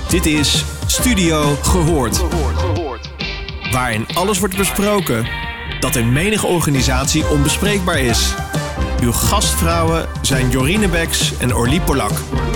Dit is Studio Gehoord. Waarin alles wordt besproken dat in menige organisatie onbespreekbaar is. Uw gastvrouwen zijn Jorine Beks en Orlie Polak.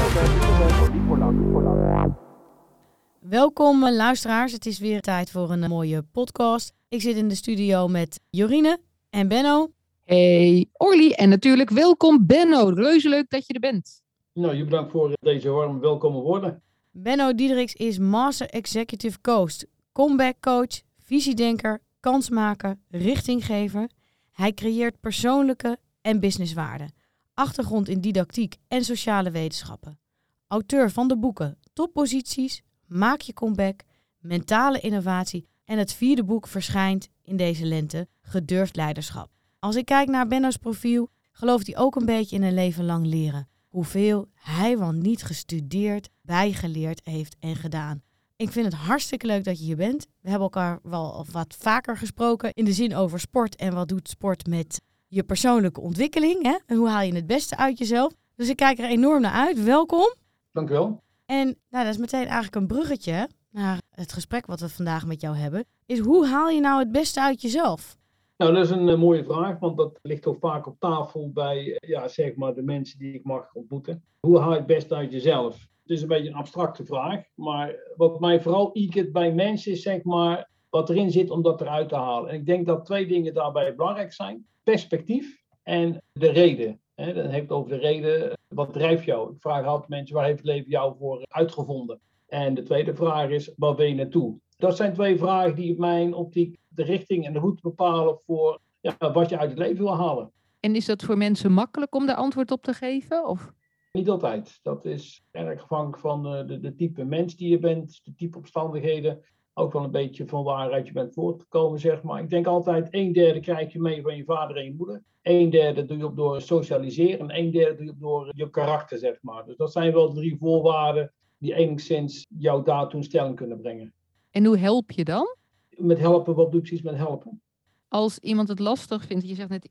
Welkom luisteraars, het is weer tijd voor een mooie podcast. Ik zit in de studio met Jorine en Benno. Hey Orlie en natuurlijk welkom Benno, reuze leuk dat je er bent. Nou, je bedankt voor deze warm welkome woorden. Benno Diederichs is Master Executive Coach, comeback coach, visiedenker, kansmaker, richtinggever. Hij creëert persoonlijke en businesswaarden, achtergrond in didactiek en sociale wetenschappen. Auteur van de boeken Topposities, Maak je comeback, Mentale innovatie en het 4e boek verschijnt in deze lente, Gedurfd leiderschap. Als ik kijk naar Benno's profiel, gelooft hij ook een beetje in een leven lang leren. Hoeveel hij wel niet gestudeerd, bijgeleerd heeft en gedaan. Ik vind het hartstikke leuk dat je hier bent. We hebben elkaar wel wat vaker gesproken in de zin over sport en wat doet sport met je persoonlijke ontwikkeling. Hè? En hoe haal je het beste uit jezelf. Dus ik kijk er enorm naar uit. Welkom. Dank u wel. En dat is meteen eigenlijk een bruggetje naar het gesprek wat we vandaag met jou hebben. Is hoe haal je nou het beste uit jezelf? Nou, dat is een mooie vraag, want dat ligt ook vaak op tafel bij zeg maar de mensen die ik mag ontmoeten. Hoe haal je het beste uit jezelf? Het is een beetje een abstracte vraag, maar wat mij vooral iekert bij mensen is zeg maar wat erin zit om dat eruit te halen. En ik denk dat 2 dingen daarbij belangrijk zijn. Perspectief en de reden. Dan heeft het over de reden, wat drijft jou? Ik vraag altijd mensen, waar heeft het leven jou voor uitgevonden? En de tweede vraag is, waar ben je naartoe? Dat zijn 2 vragen die in mijn optiek de richting en de route bepalen voor wat je uit het leven wil halen. En is dat voor mensen makkelijk om daar antwoord op te geven? Of? Niet altijd. Dat is erg afhankelijk van de type mens die je bent, de type omstandigheden. Ook wel een beetje van waaruit je bent voortgekomen, zeg maar. Ik denk altijd 1/3 krijg je mee van je vader en je moeder. 1/3 doe je op door socialiseren en 1/3 doe je op door je karakter, zeg maar. Dus dat zijn wel 3 voorwaarden die enigszins jou daartoe in stelling kunnen brengen. En hoe help je dan? Met helpen, wat doe je precies met helpen? Als iemand het lastig vindt, je zegt net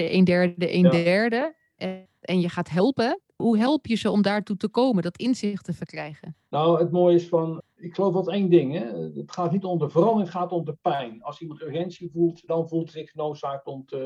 1/3 en je gaat helpen. Hoe help je ze om daartoe te komen, dat inzicht te verkrijgen? Nou, het mooie is van, ik geloof wat 1 ding. Hè? Het gaat niet om de verandering, het gaat om de pijn. Als iemand urgentie voelt, dan voelt hij zich genoodzaakt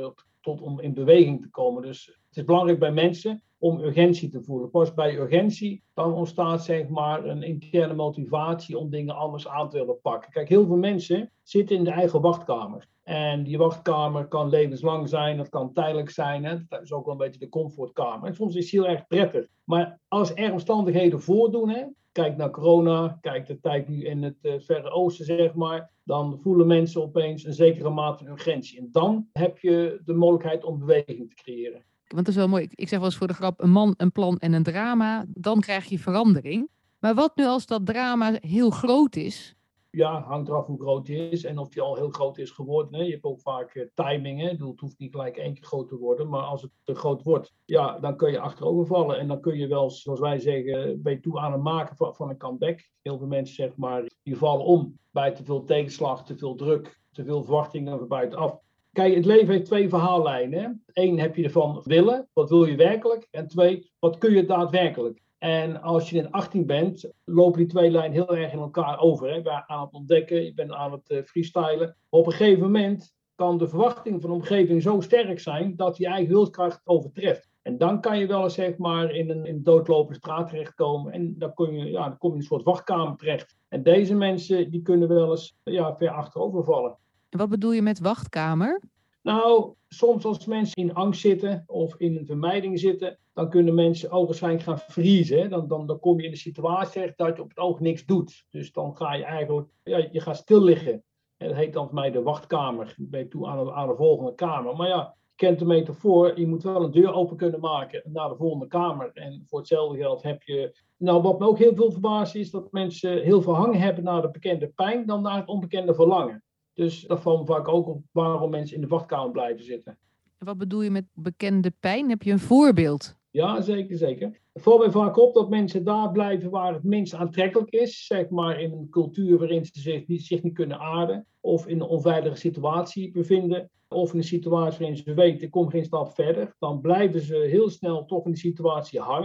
om in beweging te komen. Dus het is belangrijk bij mensen om urgentie te voelen. Pas bij urgentie, dan ontstaat zeg maar een interne motivatie om dingen anders aan te willen pakken. Kijk, heel veel mensen zitten in de eigen wachtkamer. En die wachtkamer kan levenslang zijn, dat kan tijdelijk zijn. Hè? Dat is ook wel een beetje de comfortkamer. En soms is het heel erg prettig. Maar als er omstandigheden voordoen, hè? Kijk naar corona, kijk de tijd nu in het Verre Oosten, zeg maar. Dan voelen mensen opeens een zekere mate van urgentie. En dan heb je de mogelijkheid om beweging te creëren. Want dat is wel mooi. Ik zeg wel eens voor de grap, een man, een plan en een drama. Dan krijg je verandering. Maar wat nu als dat drama heel groot is? Ja, hangt eraf hoe groot die is en of die al heel groot is geworden. Hè. Je hebt ook vaak timing. Hè. Het hoeft niet gelijk 1 keer groot te worden. Maar als het te groot wordt, ja, dan kun je achterover vallen. En dan kun je wel, zoals wij zeggen, ben je toe aan het maken van een comeback. Heel veel mensen, zeg maar, die vallen om bij te veel tegenslag, te veel druk, te veel verwachtingen van buitenaf. Kijk, het leven heeft 2 verhaallijnen. 1 heb je ervan willen, wat wil je werkelijk? En 2, wat kun je daadwerkelijk? En als je in 18 bent, lopen die 2 lijnen heel erg in elkaar over. Hè? Je bent aan het ontdekken, je bent aan het freestylen. Op een gegeven moment kan de verwachting van de omgeving zo sterk zijn dat je eigen wilskracht overtreft. En dan kan je wel eens zeg maar in een doodlopende straat terechtkomen. En dan kom je in een soort wachtkamer terecht. En deze mensen die kunnen wel eens ver achterover vallen. En wat bedoel je met wachtkamer? Nou, soms als mensen in angst zitten of in een vermijding zitten, dan kunnen mensen ogenschijnlijk gaan vriezen. Dan kom je in de situatie terecht dat je op het oog niks doet. Dus dan ga je eigenlijk, je gaat stil liggen. En dat heet dan voor mij de wachtkamer. Dan ben je toe aan de volgende kamer. Maar ja, je kent de metafoor, je moet wel een deur open kunnen maken naar de volgende kamer. En voor hetzelfde geld heb je, wat me ook heel veel verbaast is dat mensen heel veel hangen hebben naar de bekende pijn dan naar het onbekende verlangen. Dus dat valt me vaak ook op waarom mensen in de wachtkamer blijven zitten. En wat bedoel je met bekende pijn? Heb je een voorbeeld? Ja, zeker, zeker. Het valt mij vaak op dat mensen daar blijven waar het minst aantrekkelijk is. Zeg maar in een cultuur waarin ze zich niet kunnen aarden. Of in een onveilige situatie bevinden. Of in een situatie waarin ze weten, ik kom geen stap verder. Dan blijven ze heel snel toch in die situatie hangen.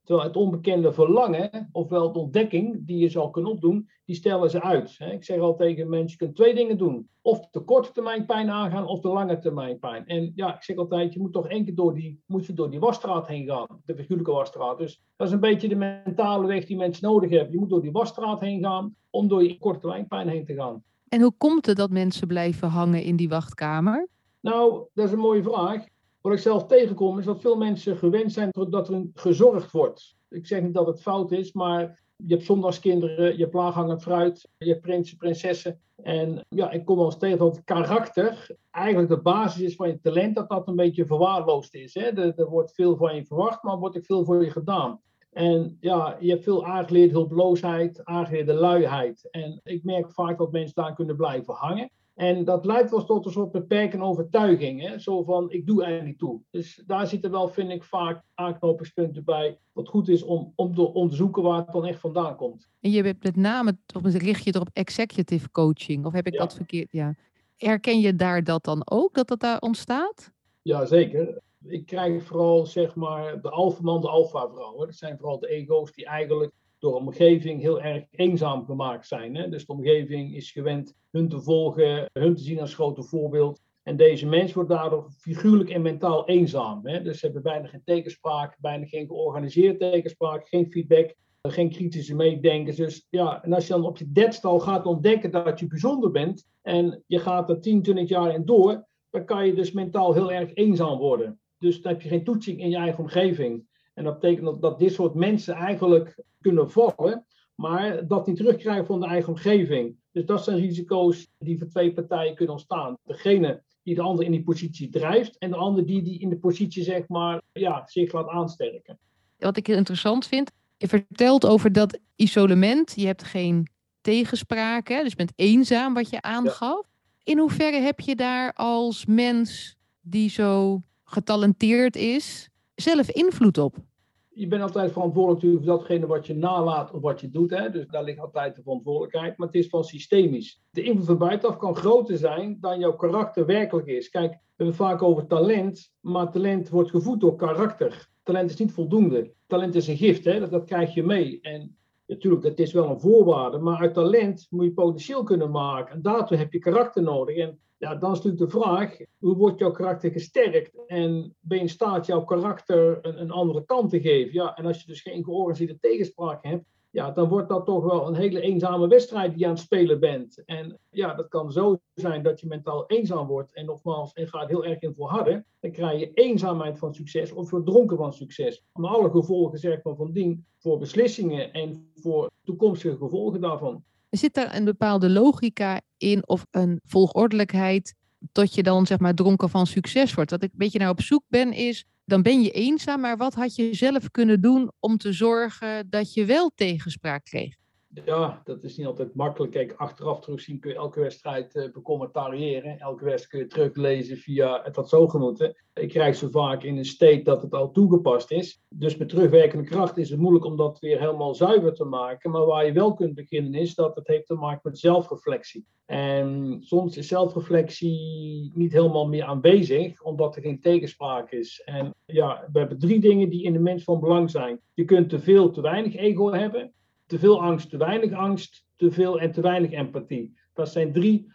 Terwijl het onbekende verlangen, ofwel de ontdekking die je zal kunnen opdoen, die stellen ze uit. Ik zeg al tegen mensen, je kunt 2 dingen doen. Of de korte termijn pijn aangaan, of de lange termijn pijn. En ja, ik zeg altijd, je moet toch 1 keer door die wasstraat heen gaan. De figuurlijke wasstraat. Dus dat is een beetje de mentale weg die mensen nodig hebben. Je moet door die wasstraat heen gaan, om door je korte termijn pijn heen te gaan. En hoe komt het dat mensen blijven hangen in die wachtkamer? Nou, dat is een mooie vraag. Wat ik zelf tegenkom is dat veel mensen gewend zijn dat er gezorgd wordt. Ik zeg niet dat het fout is, maar je hebt zondagskinderen, je hebt laaghangend fruit, je hebt prinsen, prinsessen. En ja, ik kom wel eens tegen dat het karakter eigenlijk de basis is van je talent, dat een beetje verwaarloosd is. Er wordt veel van je verwacht, maar er wordt ook veel voor je gedaan. En ja, je hebt veel aangeleerd hulpeloosheid, aangeleerde luiheid. En ik merk vaak dat mensen daar kunnen blijven hangen. En dat leidt wel tot een soort beperkende overtuiging. Zo van, ik doe eigenlijk niet toe. Dus daar zitten wel, vind ik, vaak aanknopingspunten bij. Wat goed is om te onderzoeken waar het dan echt vandaan komt. En je hebt met name, richt je het op executive coaching? Of heb ik dat verkeerd? Ja. Herken je dat dan ook, dat daar ontstaat? Ja, zeker. Ik krijg vooral, zeg maar, de alfaman, de alfa-vrouw. Dat zijn vooral de ego's die eigenlijk door een omgeving heel erg eenzaam gemaakt zijn. Dus de omgeving is gewend hun te volgen, hun te zien als grote voorbeeld. En deze mens wordt daardoor figuurlijk en mentaal eenzaam. Dus ze hebben bijna geen tegenspraak, bijna geen georganiseerde tegenspraak, geen feedback, geen kritische meedenken. Dus ja, en als je dan op je deadstal gaat ontdekken dat je bijzonder bent en je gaat er 10, 20 jaar in door, dan kan je dus mentaal heel erg eenzaam worden. Dus dan heb je geen toetsing in je eigen omgeving. En dat betekent dat dit soort mensen eigenlijk kunnen vallen, maar dat niet terugkrijgen van de eigen omgeving. Dus dat zijn risico's die voor 2 partijen kunnen ontstaan. Degene die de ander in die positie drijft en de ander die in de positie, zeg maar, zich laat aansterken. Wat ik interessant vind, je vertelt over dat isolement. Je hebt geen tegenspraak, dus je bent eenzaam, wat je aangaf. Ja. In hoeverre heb je daar als mens die zo getalenteerd is, zelf invloed op? Je bent altijd verantwoordelijk voor datgene wat je nalaat of wat je doet. Dus daar ligt altijd de verantwoordelijkheid. Maar het is van systemisch. De invloed van buitenaf kan groter zijn dan jouw karakter werkelijk is. Kijk, we hebben het vaak over talent. Maar talent wordt gevoed door karakter. Talent is niet voldoende. Talent is een gift. Dat krijg je mee. En natuurlijk, dat is wel een voorwaarde. Maar uit talent moet je potentieel kunnen maken. En daartoe heb je karakter nodig. En ja, dan is natuurlijk de vraag, hoe wordt jouw karakter gesterkt? En ben je in staat jouw karakter een andere kant te geven? Ja, en als je dus geen georganiseerde tegenspraak hebt, ja, dan wordt dat toch wel een hele eenzame wedstrijd die je aan het spelen bent. En ja, dat kan zo zijn dat je mentaal eenzaam wordt. En nogmaals, en gaat heel erg in volharden. Dan krijg je eenzaamheid van succes of verdronken van succes. Met alle gevolgen, zeg maar, van dien voor beslissingen en voor toekomstige gevolgen daarvan. Zit daar een bepaalde logica in of een volgordelijkheid tot je dan, zeg maar, dronken van succes wordt? Wat ik een beetje naar op zoek ben is, dan ben je eenzaam, maar wat had je zelf kunnen doen om te zorgen dat je wel tegenspraak kreeg? Ja, dat is niet altijd makkelijk. Kijk, achteraf terugzien kun je elke wedstrijd becommentariëren. Elke wedstrijd kun je teruglezen via het zogenoemde. Ik krijg zo vaak in een state dat het al toegepast is. Dus met terugwerkende kracht is het moeilijk om dat weer helemaal zuiver te maken. Maar waar je wel kunt beginnen is dat het heeft te maken met zelfreflectie. En soms is zelfreflectie niet helemaal meer aanwezig, omdat er geen tegenspraak is. En ja, we hebben 3 dingen die in de mens van belang zijn. Je kunt te veel, te weinig ego hebben. Te veel angst, te weinig angst, te veel en te weinig empathie. Dat zijn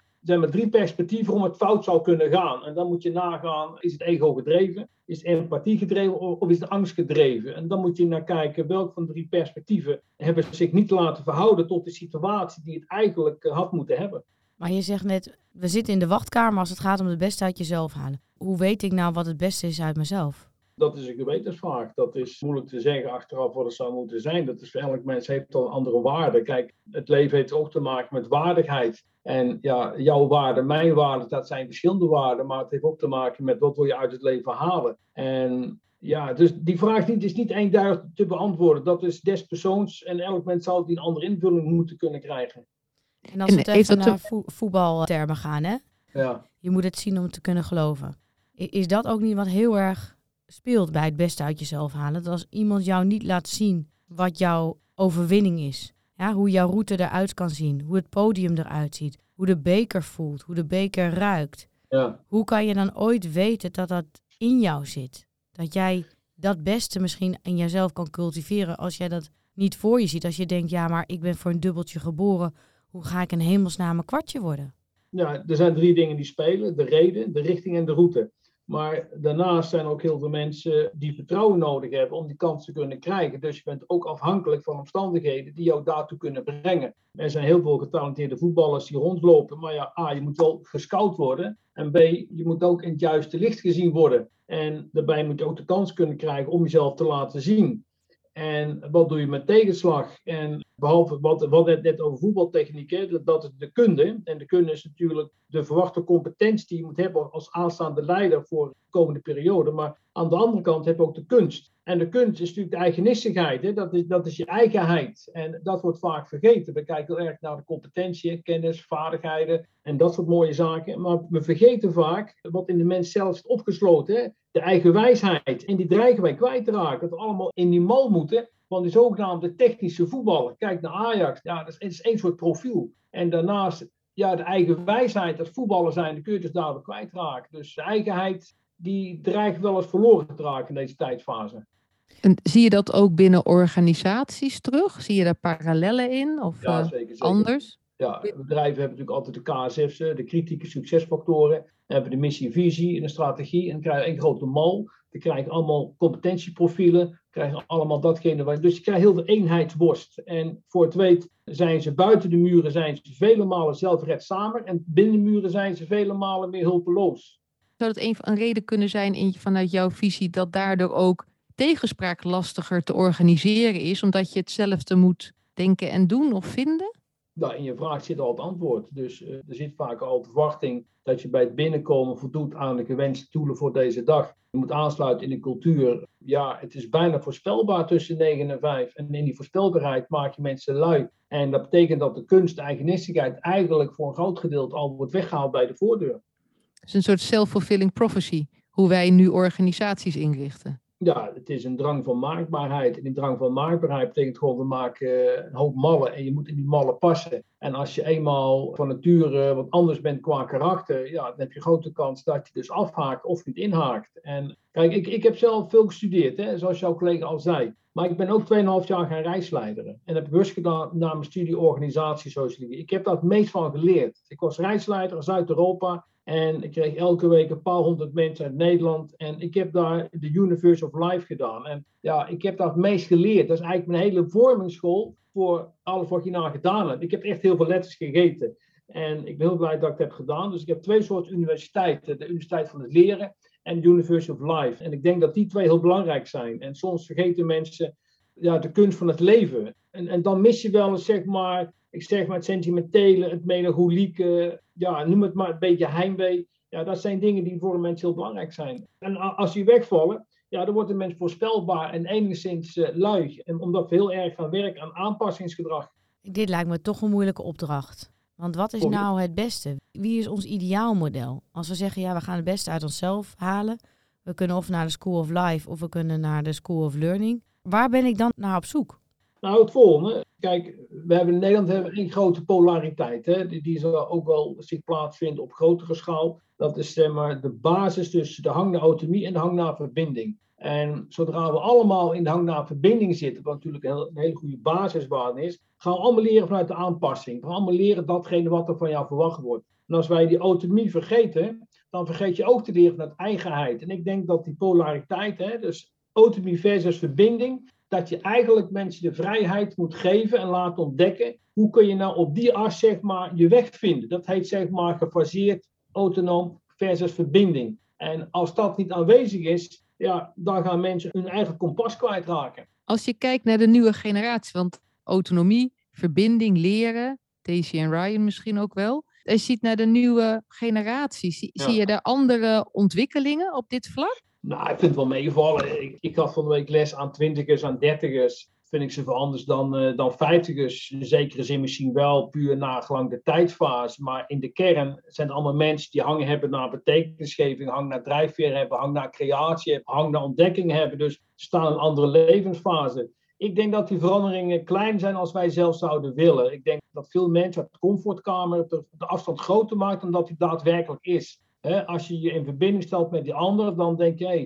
3 perspectieven om het fout zou kunnen gaan. En dan moet je nagaan, is het ego gedreven? Is het empathie gedreven of is het angst gedreven? En dan moet je naar kijken, welke van de 3 perspectieven hebben zich niet laten verhouden tot de situatie die het eigenlijk had moeten hebben. Maar je zegt net, we zitten in de wachtkamer als het gaat om het beste uit jezelf halen. Hoe weet ik nou wat het beste is uit mezelf? Dat is een gewetensvraag. Dat is moeilijk te zeggen achteraf wat het zou moeten zijn. Dat is voor elk mens heeft al een andere waarde. Kijk, het leven heeft ook te maken met waardigheid. En ja, jouw waarde, mijn waarde, dat zijn verschillende waarden. Maar het heeft ook te maken met wat wil je uit het leven halen. En ja, dus die vraag is niet eenduidig te beantwoorden. Dat is des persoons en elk mens zou die een andere invulling moeten kunnen krijgen. En als we het even naar voetbaltermen gaan, hè? Ja. Je moet het zien om het te kunnen geloven. Is dat ook niet wat heel erg speelt bij het beste uit jezelf halen? Dat als iemand jou niet laat zien wat jouw overwinning is. Ja, hoe jouw route eruit kan zien. Hoe het podium eruit ziet. Hoe de beker voelt. Hoe de beker ruikt. Ja. Hoe kan je dan ooit weten dat dat in jou zit? Dat jij dat beste misschien in jezelf kan cultiveren als jij dat niet voor je ziet. Als je denkt, ja, maar ik ben voor een dubbeltje geboren. Hoe ga ik in hemelsnaam een kwartje worden? Ja, er zijn 3 dingen die spelen. De reden, de richting en de route. Maar daarnaast zijn er ook heel veel mensen die vertrouwen nodig hebben om die kans te kunnen krijgen. Dus je bent ook afhankelijk van omstandigheden die jou daartoe kunnen brengen. Er zijn heel veel getalenteerde voetballers die rondlopen. Maar ja, A, je moet wel gescout worden. En B, je moet ook in het juiste licht gezien worden. En daarbij moet je ook de kans kunnen krijgen om jezelf te laten zien. En wat doe je met tegenslag? En behalve wat net over voetbaltechniek, hè, dat is de kunde. En de kunde is natuurlijk de verwachte competentie die je moet hebben als aanstaande leider voor de komende periode. Maar aan de andere kant heb je ook de kunst. En de kunst is natuurlijk de eigenissigheid. Hè? Dat is je eigenheid. En dat wordt vaak vergeten. We kijken heel erg naar de competentie, kennis, vaardigheden en dat soort mooie zaken. Maar we vergeten vaak wat in de mens zelf is opgesloten. Hè? De eigen wijsheid. En die dreigen wij kwijt te raken. Dat we allemaal in die mal moeten van die zogenaamde technische voetballer. Kijk naar Ajax. Ja, dat is één soort profiel. En daarnaast, ja, de eigen wijsheid, dat voetballer zijn, die kun je dus daardoor kwijtraken. Dus de eigenheid, die dreigt wel eens verloren te raken in deze tijdsfase. En zie je dat ook binnen organisaties terug? Zie je daar parallellen in? Of Ja, zeker. anders? Ja, bedrijven hebben natuurlijk altijd de KSF's, de kritieke succesfactoren. Dan hebben we de missie, visie en de strategie. En dan krijg je één grote mal. Dan krijg je allemaal competentieprofielen. Krijgen allemaal datgene. Dus je krijgt heel veel eenheidsworst. En voor het weet zijn ze buiten de muren zijn ze vele malen zelfredzamer. En binnen de muren zijn ze vele malen meer hulpeloos. Zou dat een reden kunnen zijn vanuit jouw visie dat daardoor ook tegenspraak lastiger te organiseren is, omdat je hetzelfde moet denken en doen of vinden? Nou, in je vraag zit al het antwoord. Dus er zit vaak al de verwachting dat je bij het binnenkomen voldoet aan de gewenste doelen voor deze dag. Je moet aansluiten in de cultuur. Ja, het is bijna voorspelbaar tussen 9 en 5. En in die voorspelbaarheid maak je mensen lui. En dat betekent dat de kunst, de eigenissigheid eigenlijk voor een groot gedeelte al wordt weggehaald bij de voordeur. Het is een soort self-fulfilling prophecy, hoe wij nu organisaties inrichten. Ja, het is een drang van maakbaarheid. En die drang van maakbaarheid betekent gewoon, we maken een hoop mallen en je moet in die mallen passen. En als je eenmaal van nature wat anders bent qua karakter, ja, dan heb je grote kans dat je dus afhaakt of niet inhaakt. En kijk, ik heb zelf veel gestudeerd, hè, zoals jouw collega al zei. Maar ik ben ook 2,5 jaar gaan reisleideren. En dat heb ik bewust gedaan na mijn studie organisatiesociologie. Ik heb daar het meest van geleerd. Ik was reisleider in Zuid-Europa. En ik kreeg elke week een paar 100 mensen uit Nederland. En ik heb daar de Universe of Life gedaan. En ja, ik heb daar het meest geleerd. Dat is eigenlijk mijn hele vormingsschool voor alles wat je nou gedaan hebt. Ik heb echt heel veel letters gegeten. En ik ben heel blij dat ik het heb gedaan. Dus ik heb 2 soorten universiteiten. De Universiteit van het Leren en de Universe of Life. En ik denk dat die 2 heel belangrijk zijn. En soms vergeten mensen de kunst van het leven. En dan mis je wel eens, zeg maar, ik zeg maar het sentimentele, het melancholieke, ja, noem het maar een beetje heimwee. Ja, dat zijn dingen die voor een mens heel belangrijk zijn. En als die wegvallen, ja, dan wordt een mens voorspelbaar en enigszins lui. En omdat we heel erg gaan werken aan aanpassingsgedrag. Dit lijkt me toch een moeilijke opdracht. Want wat is nou het beste? Wie is ons ideaalmodel? Als we zeggen, ja, we gaan het beste uit onszelf halen. We kunnen of naar de School of Life of we kunnen naar de School of Learning. Waar ben ik dan naar op zoek? Nou, het volgende. Kijk, we hebben in Nederland een grote polariteit. Hè? Die zal ook wel zich plaatsvinden op grotere schaal. Dat is zeg maar de basis tussen de hang naar autonomie en de hang naar verbinding. En zodra we allemaal in de hang naar verbinding zitten, wat natuurlijk een hele goede basiswaarde is, gaan we allemaal leren vanuit de aanpassing. We gaan allemaal leren datgene wat er van jou verwacht wordt. En als wij die autonomie vergeten, dan vergeet je ook te leren vanuit eigenheid. En ik denk dat die polariteit, hè, dus autonomie versus verbinding, dat je eigenlijk mensen de vrijheid moet geven en laten ontdekken. Hoe kun je nou op die as, zeg maar, je weg vinden? Dat heet, zeg maar, gefaseerd, autonoom versus verbinding. En als dat niet aanwezig is, ja, dan gaan mensen hun eigen kompas kwijtraken. Als je kijkt naar de nieuwe generatie, want autonomie, verbinding, leren, Daisy en Ryan misschien ook wel. Als je ziet naar de nieuwe generatie, zie je daar andere ontwikkelingen op dit vlak? Nou, ik vind het wel meevallen. Ik had van de week les aan 20ers, aan 30ers. Vind ik ze veel anders dan 50ers. In zekere zin misschien wel, puur nagelang de tijdsfase. Maar in de kern zijn het allemaal mensen die hangen hebben naar betekenisgeving, hangen naar drijfveer hebben, hangen naar creatie hebben, hangen naar ontdekking hebben. Dus ze staan in een andere levensfase. Ik denk dat die veranderingen klein zijn als wij zelf zouden willen. Ik denk dat veel mensen uit de comfortkamer de afstand groter maken dan dat die daadwerkelijk is. Als je je in verbinding stelt met die anderen, dan denk je,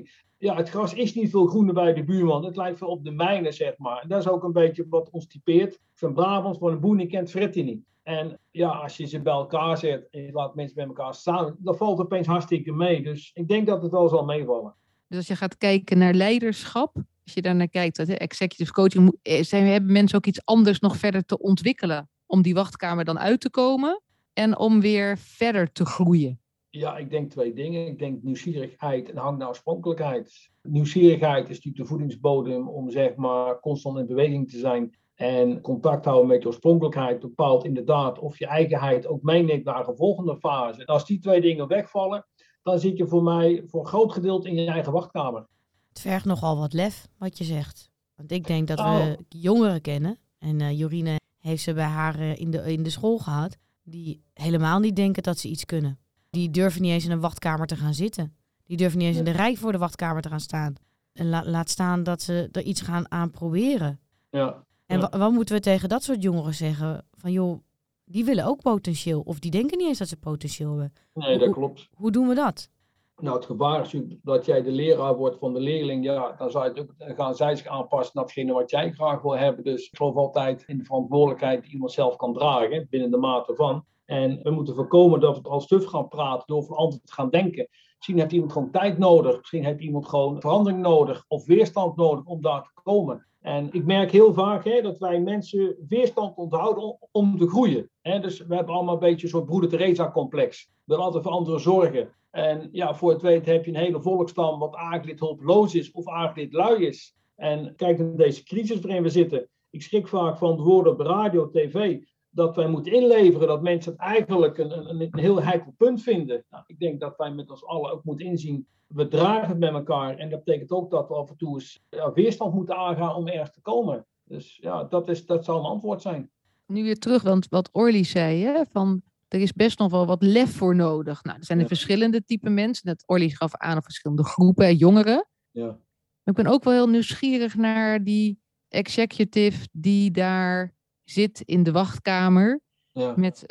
ja, het gras is niet veel groener bij de buurman. Het lijkt veel op de mijnen, zeg maar. En dat is ook een beetje wat ons typeert. Van Brabant, van een boer die kent Fred niet. En ja, als je ze bij elkaar zet en je laat mensen bij elkaar staan, dan valt het opeens hartstikke mee. Dus ik denk dat het wel zal meevallen. Dus als je gaat kijken naar leiderschap, als je daar naar kijkt, executive coaching, hebben mensen ook iets anders nog verder te ontwikkelen om die wachtkamer dan uit te komen en om weer verder te groeien? Ja, ik denk 2 dingen. Ik denk nieuwsgierigheid en hang naar oorspronkelijkheid. Nieuwsgierigheid is natuurlijk de voedingsbodem om zeg maar constant in beweging te zijn en contact houden met je oorspronkelijkheid bepaalt inderdaad of je eigenheid ook meeneemt naar een volgende fase. En als die 2 dingen wegvallen, dan zit je voor mij voor een groot gedeelte in je eigen wachtkamer. Het vergt nogal wat lef, wat je zegt. Want ik denk dat we jongeren kennen. En Jorine heeft ze bij haar in de school gehad. Die helemaal niet denken dat ze iets kunnen. Die durven niet eens in een wachtkamer te gaan zitten. Die durven niet eens in de rij voor de wachtkamer te gaan staan. En laat staan dat ze er iets gaan aan proberen. Ja. En wat moeten we tegen dat soort jongeren zeggen? Van joh, die willen ook potentieel. Of die denken niet eens dat ze potentieel hebben. Nee, dat klopt. Hoe doen we dat? Nou, het gevaar is natuurlijk dat jij de leraar wordt van de leerling. Ja, dan gaan zij zich aanpassen naar hetgene wat jij graag wil hebben. Dus ik geloof altijd in de verantwoordelijkheid die iemand zelf kan dragen, binnen de mate van. En we moeten voorkomen dat we als stuf gaan praten door voor anderen te gaan denken. Misschien heeft iemand gewoon tijd nodig. Misschien heeft iemand gewoon verandering nodig of weerstand nodig om daar te komen. En ik merk heel vaak dat wij mensen weerstand onthouden om te groeien. Dus we hebben allemaal een beetje een soort Broeder Teresa-complex. We willen altijd voor anderen zorgen. En ja, voor het weten heb je een hele volksstam wat eigenlijk hulpeloos is of eigenlijk lui is. En kijk naar deze crisis waarin we zitten. Ik schrik vaak van de woorden op de radio, tv, dat wij moeten inleveren, dat mensen het eigenlijk een heel heikel punt vinden. Nou, ik denk dat wij met ons allen ook moeten inzien, we dragen het met elkaar. En dat betekent ook dat we af en toe eens weerstand moeten aangaan om ergens te komen. Dus ja, dat zou een antwoord zijn. Nu weer terug, want wat Orly zei, van er is best nog wel wat lef voor nodig. Nou, er zijn verschillende type mensen. Dat Orly gaf aan op verschillende groepen, jongeren. Ja. Maar ik ben ook wel heel nieuwsgierig naar die executive die daar zit in de wachtkamer. Ja. Met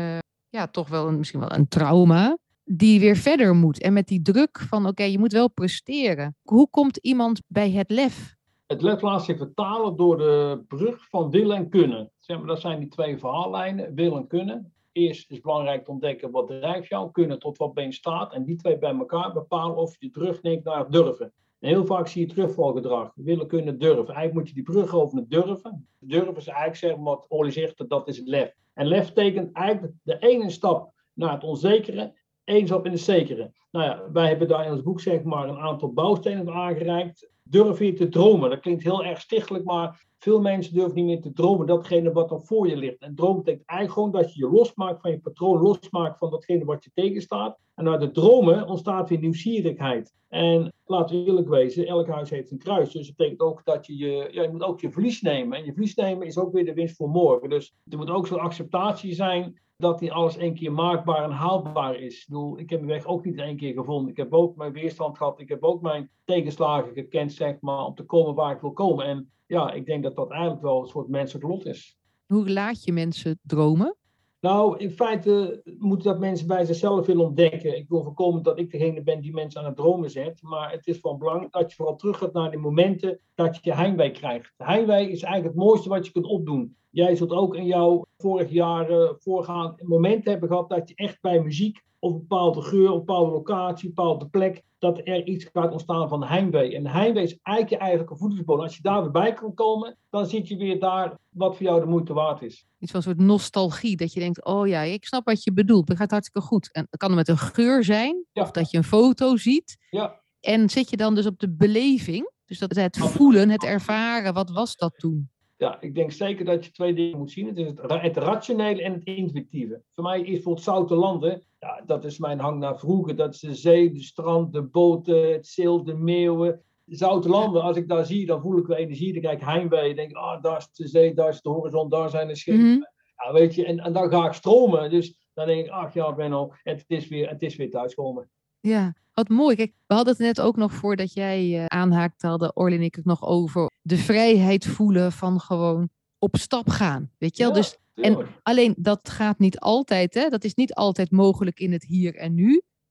toch wel misschien wel een trauma. Die weer verder moet. En met die druk van oké, je moet wel presteren. Hoe komt iemand bij het lef? Het lef laat zich vertalen door de brug van willen en kunnen. Zeg maar, dat zijn die 2 verhaallijnen, willen en kunnen. Eerst is het belangrijk te ontdekken wat drijft jou, kunnen tot wat ben je in staat. En die 2 bij elkaar bepalen of je terugneemt naar het durven. En heel vaak zie je terugvalgedrag. Willen, kunnen, durven. Eigenlijk moet je die brug over naar durven. Durven is eigenlijk zeg maar, wat Orly zegt, dat is het lef. En lef betekent eigenlijk de ene stap naar het onzekere, 1 stap in het zekere. Nou ja, wij hebben daar in ons boek zeg maar een aantal bouwstenen aangereikt. Durf je te dromen. Dat klinkt heel erg stichtelijk, maar veel mensen durven niet meer te dromen. Datgene wat er voor je ligt. En droom betekent eigenlijk gewoon dat je je losmaakt van je patroon, losmaakt van datgene wat je tegenstaat. En uit de dromen ontstaat weer nieuwsgierigheid. En laten we eerlijk wezen, elk huis heeft een kruis. Dus dat betekent ook dat je moet ook je verlies nemen. En je verlies nemen is ook weer de winst voor morgen. Dus er moet ook zo'n acceptatie zijn dat niet alles 1 keer maakbaar en haalbaar is. Ik heb mijn weg ook niet 1 keer gevonden. Ik heb ook mijn weerstand gehad. Ik heb ook mijn tegenslagen gekend, zeg maar, om te komen waar ik wil komen. En ja, ik denk dat dat eigenlijk wel een soort menselijk lot is. Hoe laat je mensen dromen? Nou, in feite moeten dat mensen bij zichzelf willen ontdekken. Ik wil voorkomen dat ik degene ben die mensen aan het dromen zet. Maar het is van belang dat je vooral terug gaat naar de momenten dat je heimwee krijgt. Heimwee is eigenlijk het mooiste wat je kunt opdoen. Jij zult ook in jouw vorig jaar voorgaand momenten hebben gehad dat je echt bij muziek of een bepaalde geur, een bepaalde locatie, een bepaalde plek, dat er iets gaat ontstaan van heimwee. En heimwee is eigenlijk je eigenlijke voedingsbodem. Als je daar weer bij kan komen, dan zit je weer daar wat voor jou de moeite waard is. Iets van een soort nostalgie, dat je denkt, oh ja, ik snap wat je bedoelt. Dat gaat hartstikke goed. En dat kan met een geur zijn, of dat je een foto ziet. Ja. En zit je dan dus op de beleving, dus dat het voelen, het ervaren, wat was dat toen? Ja, ik denk zeker dat je 2 dingen moet zien. Het is het rationele en het intuïtieve. Voor mij is bijvoorbeeld zoute landen, ja, dat is mijn hang naar vroeger. Dat is de zee, de strand, de boten, het zeel, de meeuwen. Zoute landen, als ik daar zie, dan voel ik weer energie. Dan krijg ik heimwee. Dan denk ik, daar is de zee, daar is de horizon, daar zijn de schepen. Mm-hmm. Ja, weet je, en dan ga ik stromen. Dus dan denk ik, Benno, het is weer thuiskomen. Ja, wat mooi. Kijk, we hadden het net ook nog voordat jij aanhaakte, hadden Orly en ik het nog over de vrijheid voelen van gewoon op stap gaan. Weet je wel? Ja, dus, en alleen dat gaat niet altijd, hè? Dat is niet altijd mogelijk in het hier en nu.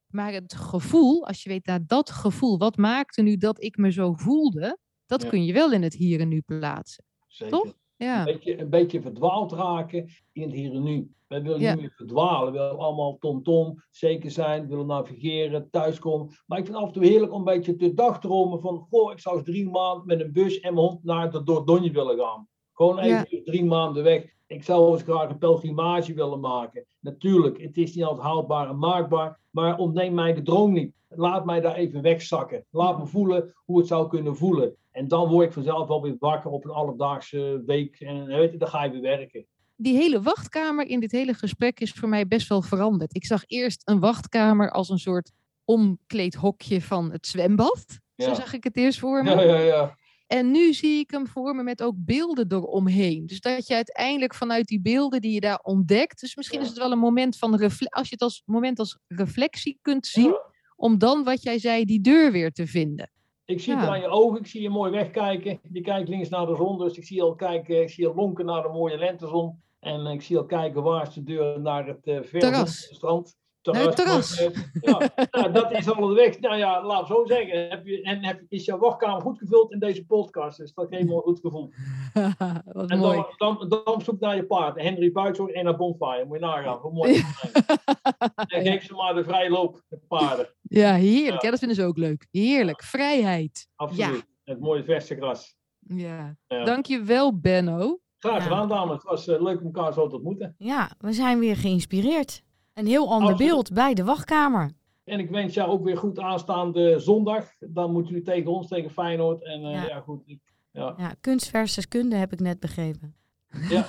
Maar het gevoel, als je weet, nou, dat gevoel, wat maakte nu dat ik me zo voelde, dat kun je wel in het hier en nu plaatsen. Zeker. Toch? Ja. Een beetje verdwaald raken in het hier en nu. Wij willen niet meer verdwalen. We willen allemaal tom-tom, zeker zijn, we willen navigeren, thuiskomen. Maar ik vind het af en toe heerlijk om een beetje te dagdromen van, ik zou eens 3 maanden met een bus en mijn hond naar de Dordogne willen gaan. Gewoon even 3 maanden weg. Ik zou eens graag een pelgrimage willen maken. Natuurlijk, het is niet altijd haalbaar en maakbaar, maar ontneem mij de droom niet. Laat mij daar even wegzakken. Laat me voelen hoe het zou kunnen voelen. En dan word ik vanzelf wel weer wakker op een alledaagse week. En weet je, dan ga je weer werken. Die hele wachtkamer in dit hele gesprek is voor mij best wel veranderd. Ik zag eerst een wachtkamer als een soort omkleedhokje van het zwembad. Zo zag ik het eerst voor me. Ja. En nu zie ik hem voor me met ook beelden eromheen. Dus dat je uiteindelijk vanuit die beelden die je daar ontdekt. Dus misschien is het wel een moment van als je het als moment als reflectie kunt zien. Om dan, wat jij zei, die deur weer te vinden. Ik zie het aan je ogen, ik zie je mooi wegkijken. Je kijkt links naar de zon, dus ik zie je lonken naar de mooie lentezon. En ik zie al kijken waar is de deur naar het strand. Terras. Ja, dat is al de weg. Nou ja, laat het zo zeggen. Is jouw wachtkamer goed gevuld in deze podcast? Dus dat geeft me een goed gevoel. Wat en mooi. dan zoek naar je paard. Henry Buitenzorg en naar Bonfire. Moet je nagaan. Hoe mooi en geef ze maar de vrije loop, de paarden. Ja, heerlijk. Ja, dat vinden ze ook leuk. Heerlijk. Vrijheid. Absoluut. Ja. Het mooie verse gras. Ja. Dankjewel, Benno. Graag gedaan, dames. Het was leuk om elkaar zo te ontmoeten. Ja, we zijn weer geïnspireerd. Een heel ander beeld bij de wachtkamer. En ik wens jou ook weer goed aanstaande zondag. Dan moeten jullie tegen ons, tegen Feyenoord. En goed. Kunst versus kunde heb ik net begrepen. Ja,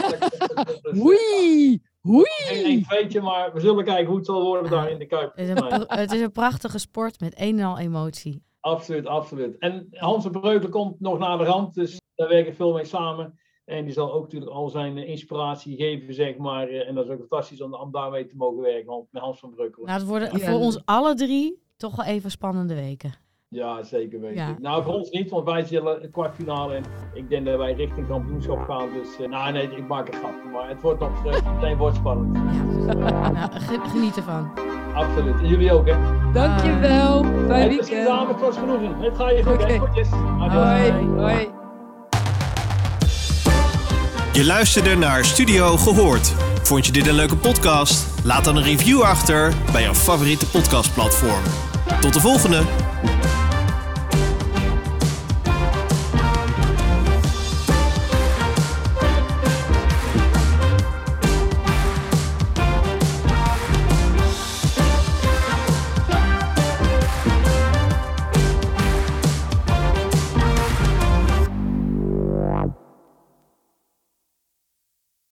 Oei! Geen feitje, maar we zullen kijken hoe het zal worden daar in de Kuip. Het is een prachtige sport met een en al emotie. Absoluut. En Hans de Breukelen komt nog naar de rand, dus daar werken we veel mee samen. En die zal ook natuurlijk al zijn inspiratie geven, zeg maar. En dat is ook fantastisch om daarmee te mogen werken, met Hans van Breukelen. Nou, het worden voor ons alle 3 toch wel even spannende weken. Ja, zeker weten. Ja. Nou, voor ons niet, want wij zullen een kwartfinale en ik denk dat wij richting kampioenschap gaan. Dus nee, ik maak een grapje, maar het wordt nog meteen wordt spannend. Ja, geniet ervan. Absoluut. En jullie ook, hè? Dankjewel. Fijn weekend. Dames, het was genoegen. Het gaat je goed, hè? Goedjes. Hoi. Je luisterde naar Studio Gehoord. Vond je dit een leuke podcast? Laat dan een review achter bij jouw favoriete podcastplatform. Tot de volgende!